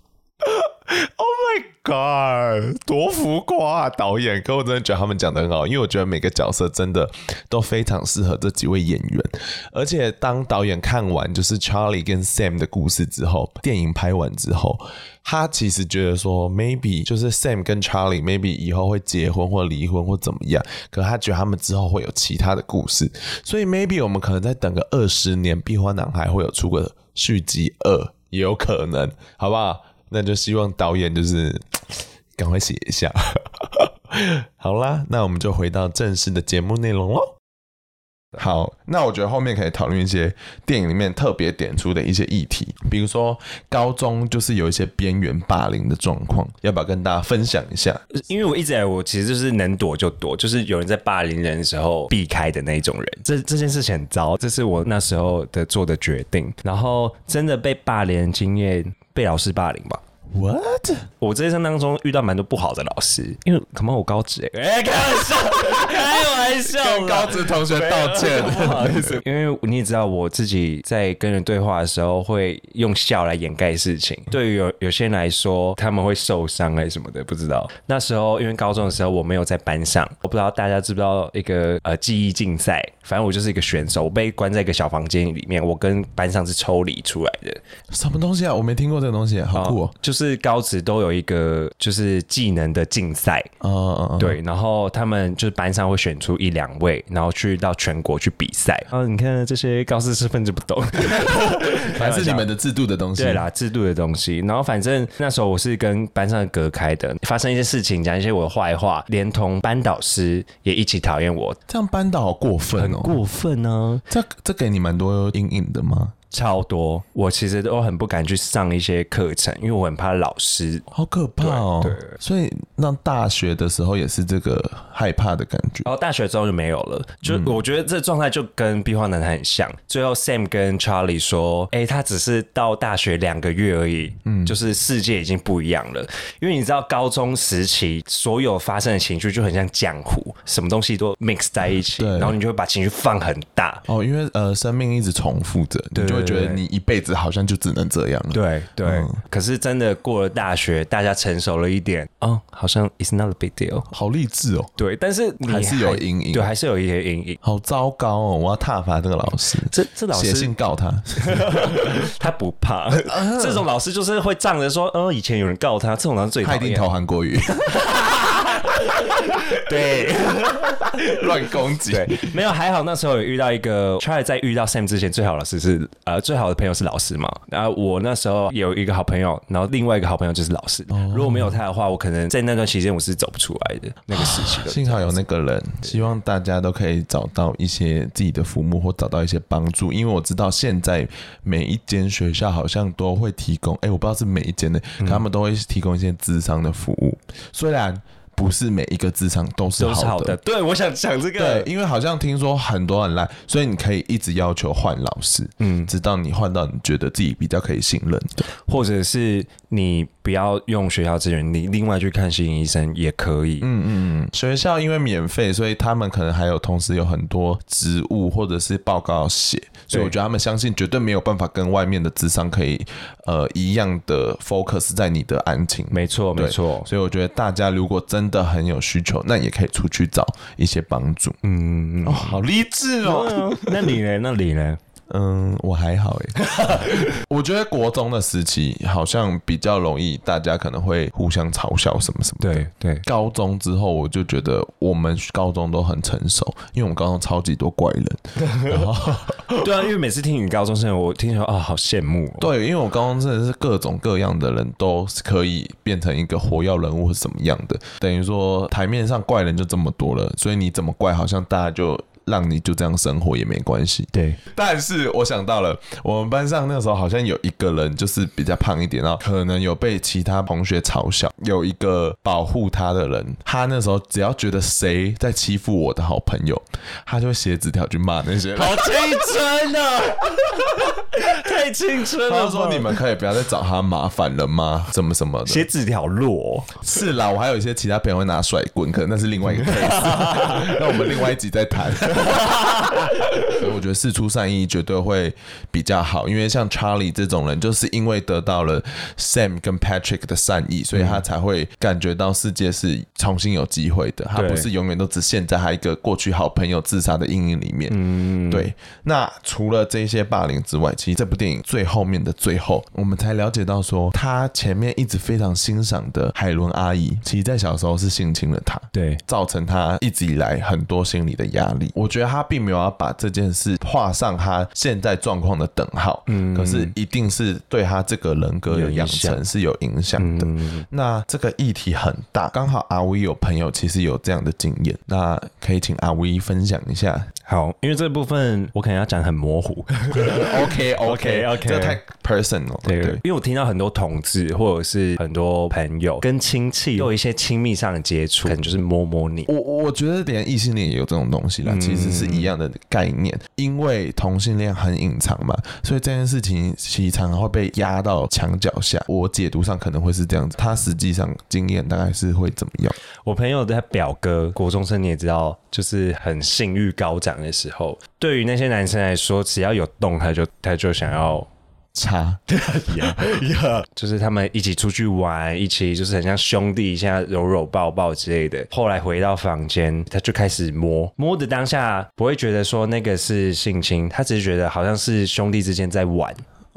Oh my god， 多浮夸啊导演，可我真的觉得他们讲得很好，因为我觉得每个角色真的都非常适合这几位演员，而且当导演看完就是 Charlie 跟 Sam 的故事之后，电影拍完之后，他其实觉得说 maybe 就是 Sam 跟 Charlie maybe 以后会结婚或离婚或怎么样，可他觉得他们之后会有其他的故事，所以 maybe 我们可能再等个二十年，壁花男孩会有出个续集二，也有可能，好不好？那就希望导演就是赶快写一下好啦，那我们就回到正式的节目内容咯。好，那我觉得后面可以讨论一些电影里面特别点出的一些议题，比如说高中就是有一些边缘霸凌的状况，要不要跟大家分享一下？ 因为我一直以来我其实就是能躲就躲，就是有人在霸凌人的时候避开的那种人，这这件事情很糟，这是我那时候的做的决定。然后真的被霸凌的经验，被老师霸凌吧。 What？ 我这一生当中遇到蛮多不好的老师，因为可能我高职哎、欸，哎、欸，开玩笑，开玩笑， 跟高职同学道歉， 不好意思，因为你也知道我自己在跟人对话的时候会用笑来掩盖事情，对于有有些人来说他们会受伤还是什么的，不知道。那时候因为高中的时候我没有在班上，我不知道大家知不知道一个呃记忆竞赛，反正我就是一个选手，我被关在一个小房间里面，我跟班上是抽离出来的。 什么东西啊？我没听过这个东西，好酷哦！ 就是就是高职都有一个就是技能的竞赛，哦，对，然后他们就是班上会选出一两位，然后去到全国去比赛。啊，你看这些高知识分子不懂， 还是你们的制度的东西。 对啦，制度的东西。然后反正那时候我是跟班上隔开的，发生一些事情，讲一些我的坏话，连同班导师也一起讨厌我。 这样班导好过分哦， 很过分呢、 啊。这这给你蛮多阴影的吗？ 超多，我其实都很不敢去上一些课程，因为我很怕老师。 好可怕哦！对，对所以那大学的时候也是这个害怕的感觉。 然后大学之后就没有了，就、嗯、我觉得这状态就跟壁花男孩很像。最后 Sam 跟 Charlie 说：“哎、欸，他只是到大学两个月而已，嗯，就是世界已经不一样了。因为你知道高中时期所有发生的情绪就很像浆糊，什么东西都 mix 在一起，然后你就会把情绪放很大。 哦，因为呃，生命一直重复着，你就会觉得你一辈子好像就只能这样了。 对对、嗯，可是真的过了大学，大家成熟了一点，哦，好像 it's not a big deal， 好励志哦。 对，但是你 还, 还是有阴影， 对，还是有一些阴影。 好糟糕哦！我要挞伐这个老师， 这这老师写信告他， 他不怕。这种老师就是会仗着说，呃，以前有人告他，这种老师最讨厌。 他一定投韩国瑜。 对， 乱攻击。 对，没有还好，那时候有遇到一个 Charlie 在遇到 Sam 之前，最好的老师是呃最好的朋友是老师嘛。然后我那时候有一个好朋友，然后另外一个好朋友就是老师。哦、如果没有他的话，我可能在那段期间我是走不出来的那个时期的。 幸好有那个人，希望大家都可以找到一些自己的父母或找到一些帮助，因为我知道现在每一间学校好像都会提供，哎、欸，我不知道是每一间的，可他们都会提供一些諮商的服务，虽然。不是每一个諮商都是好的， 都是好的。对，我想讲这个。 对，因为好像听说很多很烂，所以你可以一直要求换老师，嗯，直到你换到你觉得自己比较可以信任的， 或者是你不要用学校资源，你另外去看心理医生也可以。 嗯嗯嗯。学校因为免费，所以他们可能还有同时有很多职务或者是报告要写，所以我觉得他们相信绝对没有办法跟外面的諮商可以呃一样的 focus 在你的案情。 没错，没错。 所以我觉得大家如果真的很有需求，那也可以出去找一些帮助。嗯，哦，好励志哦。 那你呢？那你呢？ 嗯，我还好哎。我觉得国中的时期好像比较容易，大家可能会互相嘲笑什么什么的。 对对。 高中之后，我就觉得我们高中都很成熟，因为我们高中超级多怪人。然后对啊，因为每次听你高中生，我听说啊，好羡慕哦。 对，因为我高中真的是各种各样的人都可以变成一个活跃人物或什么样的，等于说台面上怪人就这么多了，所以你怎么怪，好像大家就。让你就这样生活也没关系。 对， 但是我想到了，我们班上那时候好像有一个人就是比较胖一点，然后可能有被其他同学嘲笑。有一个保护他的人，他那时候只要觉得谁在欺负我的好朋友，他就会写纸条去骂那些人。 好青春啊！太青春了！ 他说：“你们可以不要再找他麻烦了吗？什么什么的。” 写纸条弱是啦，我还有一些其他朋友会拿甩棍，可能那是另外一个 case。那我们另外一集再谈。所以我觉得释出善意绝对会比较好，因为像 Charlie 这种人，就是因为得到了 Sam 跟 Patrick 的善意，所以他才会感觉到世界是重新有机会的，他不是永远都只陷在他一个过去好朋友自杀的阴影里面。嗯，对。那除了这些霸凌之外，其实这部电影最后面的最后，我们才了解到说，他前面一直非常欣赏的海伦阿姨，其实在小时候是性侵了他， 对， 造成他一直以来很多心理的压力。我觉得他并没有要把这件事画上他现在状况的等号，嗯，可是一定是对他这个人格的养成是有影响的。嗯、那这个议题很大，刚好阿威有朋友其实有这样的经验，那可以请阿威分享一下。 好，因为这部分我可能要讲很模糊。 OK OK OK， 这太 personal。 对，对，因为我听到很多同志或者是很多朋友跟亲戚有一些亲密上的接触，可能就是摸摸你。 我我觉得连异性恋也有这种东西啦，嗯、其实是一样的概念。因为同性恋很隐藏嘛，所以这件事情其实常常会被压到墙角下。我解读上可能会是这样子，他实际上经验大概是会怎么样？ 我朋友的表哥，国中生你也知道，就是很性欲高涨的时候，对于那些男生来说，只要有动，他就他就想要插呀呀，就是他们一起出去玩，一起就是很像兄弟，现在搂搂抱抱之类的。后来回到房间，他就开始摸，摸的当下不会觉得说那个是性侵，他只是觉得好像是兄弟之间在玩。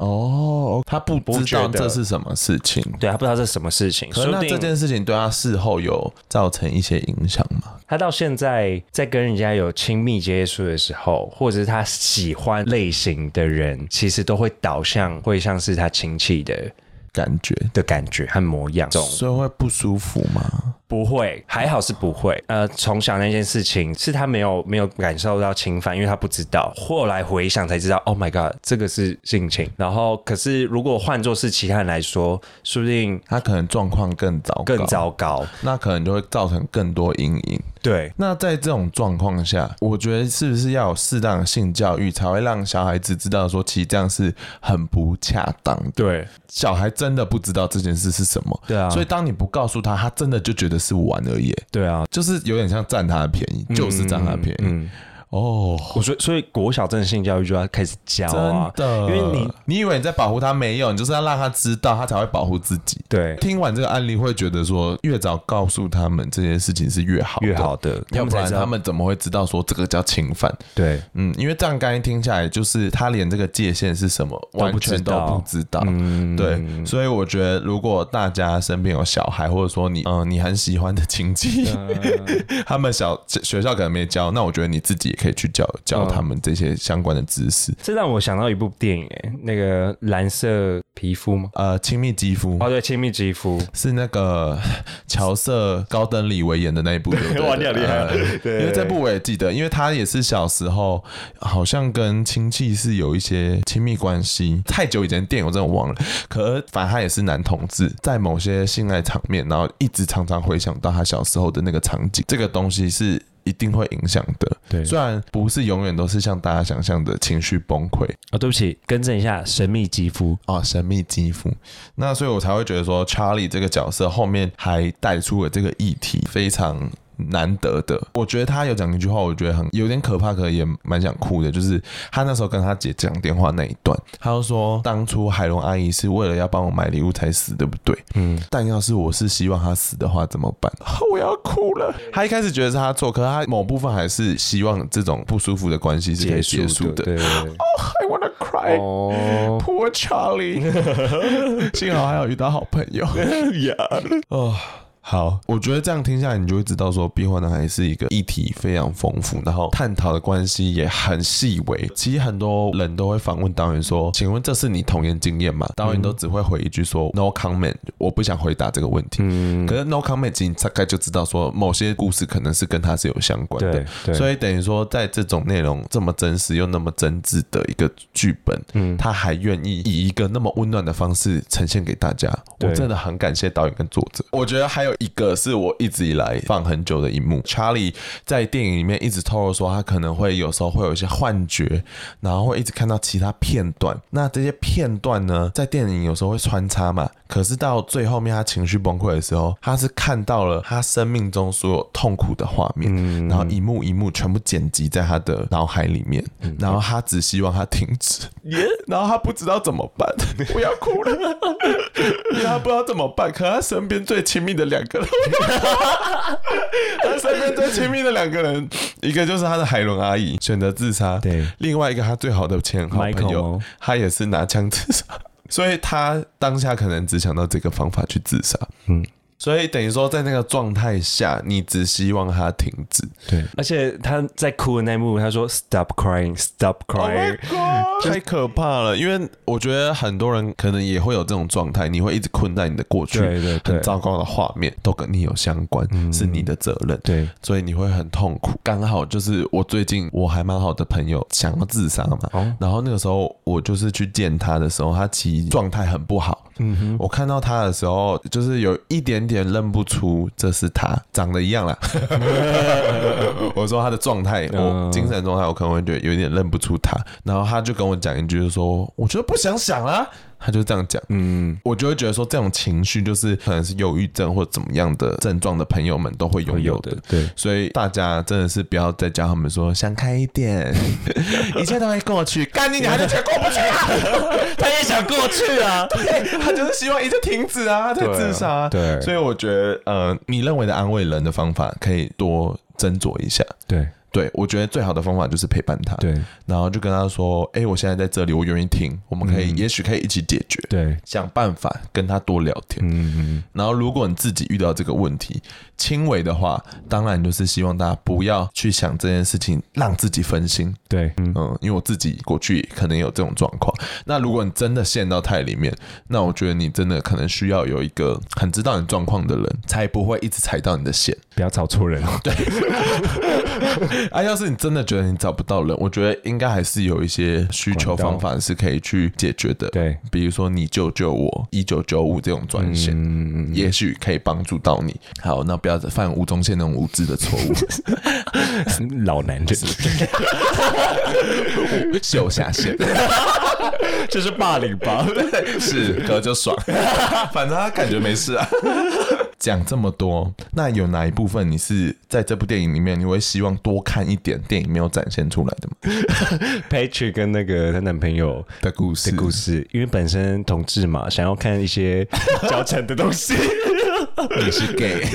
哦，他不知道这是什么事情， 对，他不知道这是什么事情。 可是那这件事情对他事后有造成一些影响吗？ 他到现在在跟人家有亲密接触的时候，或者是他喜欢类型的人，其实都会导向会像是他亲戚的感觉的感觉和模样， 所以会不舒服吗？ 不会，还好是不会。呃，从小那件事情是他没有没有感受到侵犯，因为他不知道。后来回想才知道 ，Oh my god， 这个是性侵。然后，可是如果换作是其他人来说，说不定他可能状况更糟糕， 更糟糕， 那可能就会造成更多阴影。 对， 那在这种状况下，我觉得是不是要有适当的性教育，才会让小孩子知道说，其实这样是很不恰当的。 对， 小孩真的不知道这件事是什么。 对啊， 所以当你不告诉他，他真的就觉得是玩而已。 对啊， 就是有点像占他的便宜，嗯、就是占他的便宜。嗯嗯哦， 我说，所以国小真的性教育就要开始教啊， 真的， 因为你你以为你在保护他，没有，你就是要让他知道，他才会保护自己。 对， 听完这个案例，会觉得说，越早告诉他们这件事情是越好的， 越好的， 要不然他们怎么会知道说这个叫侵犯？ 对， 嗯，因为这样刚才听下来，就是他连这个界限是什么完全都不知道。嗯，对，所以我觉得，如果大家身边有小孩，或者说你嗯、呃、你很喜欢的亲戚，嗯、他们小学校可能没教，那我觉得你自己也可以去教教。他们这些相关的知识， 这让我想到一部电影、欸，那个蓝色皮肤吗？ 呃，亲密肌肤。 哦，对，亲密肌肤是那个乔瑟·高登·李维演的那一部，对不对？ 哇，你好厉害！ 呃、对，因为这部我也记得，因为他也是小时候好像跟亲戚是有一些亲密关系。太久以前的电影我真的忘了，可是反正他也是男同志，在某些性爱场面，然后一直常常回想到他小时候的那个场景，这个东西是一定会影响的。 对， 虽然不是永远都是像大家想象的情绪崩溃。 哦，对不起，更正一下，神秘肌肤哦，神秘肌肤。那所以我才会觉得说 ，Charlie 这个角色后面还带出了这个议题，非常难得的。我觉得他有讲一句话，我觉得很有点可怕，可也蛮想哭的，就是他那时候跟他姐讲电话那一段，他就说当初海伦阿姨是为了要帮我买礼物才死，对不对？嗯，但要是我是希望他死的话怎么办？我要哭了。他一开始觉得是他错，可是他某部分还是希望这种不舒服的关系是可以结束的。 对对对 Oh, I wanna cry. Oh. Poor Charlie. 幸好还有遇到好朋友。Yeah. 哦。好，我觉得这样听下来，你就会知道说，闭环男孩是一个议题非常丰富，然后探讨的关系也很细微。其实很多人都会访问导演说：“请问这是你童年经验吗？”导演都只会回一句说 ：“No comment。”我不想回答这个问题。嗯，可是 No comment， 其实你大概就知道说，某些故事可能是跟他是有相关的。对，所以等于说，在这种内容这么真实又那么真挚的一个剧本，嗯，他还愿意以一个那么温暖的方式呈现给大家，我真的很感谢导演跟作者。我觉得还有一个是我一直以来放很久的一幕 ，Charlie 在电影里面一直透露说，他可能会有时候会有一些幻觉，然后会一直看到其他片段。那这些片段呢，在电影有时候会穿插嘛，可是到最后面他情绪崩溃的时候，他是看到了他生命中所有痛苦的画面，嗯、然后一幕一幕全部剪辑在他的脑海里面，嗯、然后他只希望他停止，嗯、然后他不知道怎么办，我要哭了，因为他不知道怎么办，可他身边最亲密的两个人。他身边最亲密的两个人，一个就是他的海伦阿姨选择自杀，对，另外一个他最好的前好朋友，他也是拿枪自杀，所以他当下可能只想到这个方法去自杀。嗯。所以等于说，在那个状态下，你只希望他停止。对， 而且他在哭的那一幕，他说 "Stop crying, stop crying"， oh 太可怕了。因为我觉得很多人可能也会有这种状态，你会一直困在你的过去，对对对，很糟糕的画面都跟你有相关，嗯、是你的责任。对，所以你会很痛苦。刚好就是我最近我还蛮好的朋友想要自杀嘛，哦、然后那个时候我就是去见他的时候，他其实状态很不好。嗯哼，我看到他的时候，就是有一点点认不出这是他，长得一样啦。我说他的状态，我精神状态，我可能会觉得有一点认不出他。然后他就跟我讲一句，就说：“我觉得不想想啊。”他就这样讲，嗯，我就会觉得说，这种情绪就是可能是忧郁症或怎么样的症状的朋友们都会拥有的，对，所以大家真的是不要再教他们说想开一点，一切都会过去。干你，你还是觉得过不去啊？ 他也想过去啊， 对，他就是希望一切停止啊，他才自杀。对，所以我觉得，呃，你认为的安慰人的方法可以多斟酌一下，对。 对，我觉得最好的方法就是陪伴他， 对， 然后就跟他说，哎、欸，我现在在这里，我愿意听，我们可以、嗯、也许可以一起解决， 对， 想办法跟他多聊天，嗯嗯，然后如果你自己遇到这个问题轻微的话，当然就是希望大家不要去想这件事情让自己分心， 对，嗯， 嗯，因为我自己过去可能有这种状况，那如果你真的陷到太里面，那我觉得你真的可能需要有一个很知道你状况的人，才不会一直踩到你的线， 不要找错人。 对，啊，要是你真的觉得你找不到人，我觉得应该还是有一些需求方法是可以去解决的。 对， 比如说你救救我一九九五这种专线，嗯、也许可以帮助到你。好，那不要犯吴宗宪那种无知的错误。 老男人秀下限， 这是霸凌吧？ 是，哥就爽，反正他感觉没事啊。讲这么多，那有哪一部分你是在这部电影里面你会希望多看一点电影没有展现出来的吗？ Patrick 跟那个她男朋友的故事的故事，因为本身同志嘛，想要看一些交成的东西。 你是 gay。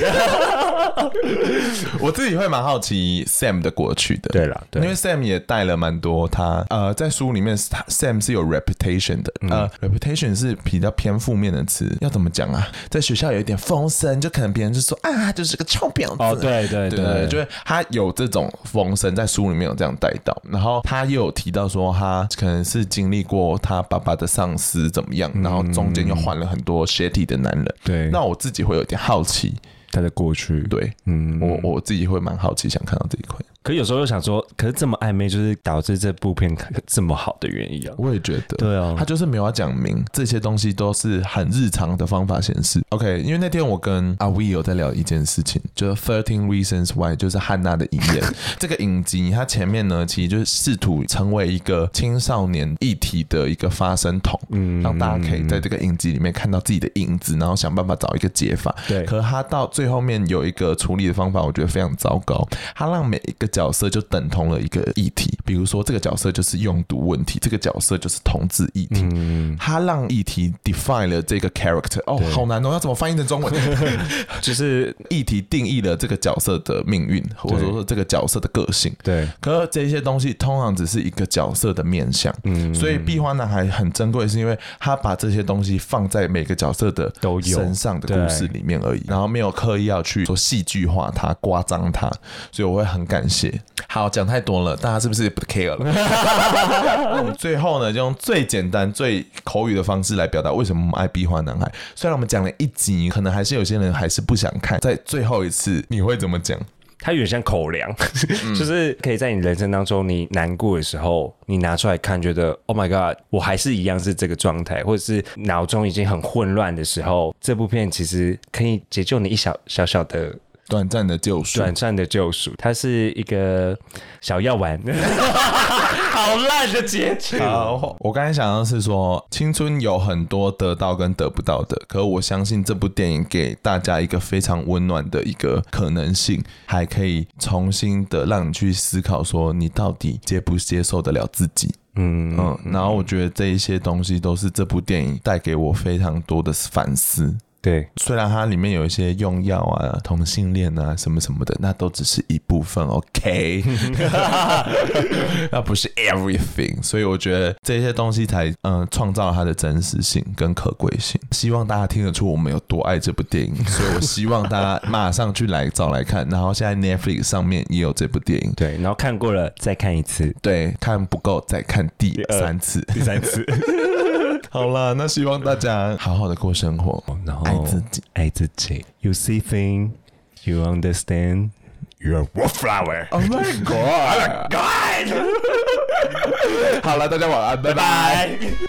我自己会蛮好奇 Sam 的过去的， 对啦，对， 因为 Sam 也带了蛮多他呃，在书里面 Sam 是有 reputation 的，嗯、呃 ，reputation 是比较偏负面的词，要怎么讲啊？在学校有一点风声，就可能别人就说啊，他就是个臭婊子。 哦，对对 对, 对, 对，就是他有这种风声，在书里面有这样带到，然后他又有提到说他可能是经历过他爸爸的上司怎么样，然后中间又换了很多 shitty 的男人。 对， 那我自己会有点好奇。 他的过去， 对，嗯，我我自己会蛮好奇，想看到这一块。 可有时候又想说，可是这么暧昧，就是导致这部片这么好的原因啊。 我也觉得， 对啊， 他就是没有要讲明这些东西都是很日常的方法显示。OK， 因为那天我跟阿 V 有在聊一件事情，就是 thirteen Reasons Why， 就是汉娜的遗言。这个影集它前面呢，其实就是试图成为一个青少年议题的一个发声筒，嗯，让大家可以在这个影集里面看到自己的影子，然后想办法找一个解法。 对， 可是他到最后面有一个处理的方法，我觉得非常糟糕。他让每一个角色就等同了一个议题，比如说这个角色就是用毒问题，这个角色就是同志议题。嗯，他让议题 define 了这个 character， 哦，好难哦，要怎么翻译成中文？就是议题定义了这个角色的命运，或者说这个角色的个性。 对， 可是这些东西通常只是一个角色的面向。嗯，所以《壁花男孩》很珍贵，是因为他把这些东西放在每个角色的身上的故事里面而已，然后没有刻意要去说戏剧化它、夸张它，所以我会很感谢。好，讲太多了，大家是不是不 care 了？那我们最后呢，就用最简单、最口语的方式来表达为什么我们爱《壁花男孩》。虽然我们讲了一集，可能还是有些人还是不想看，在最后一次，你会怎么讲？ 它有点像口粮，就是可以在你人生当中，你难过的时候，你拿出来看，觉得 Oh my God， 我还是一样是这个状态，或者是脑中已经很混乱的时候，这部片其实可以解救你一小小小的。 短暂的救赎， 短暂的救赎，它是一个小药丸，好烂的结局。 好，我刚才想的是说，青春有很多得到跟得不到的，可我相信这部电影给大家一个非常温暖的一个可能性，还可以重新的让你去思考，说你到底接不接受得了自己。嗯嗯，然后我觉得这一些东西都是这部电影带给我非常多的反思。 对， 虽然它里面有一些用药啊、同性恋啊什么什么的，那都只是一部分 ，OK， 那不是 everything， 所以我觉得这些东西才嗯创造了它的真实性跟可贵性。希望大家听得出我们有多爱这部电影，所以我希望大家马上去来找来看。然后现在 Netflix 上面也有这部电影， 对，然后看过了再看一次， 对，看不够再看第三次， 第三次。 好啦，那希望大家好好的过生活， 然后爱自己， 爱自己。You see things, you understand. You're a wallflower. Oh my god! Oh my god! 好了，大家晚安，拜拜。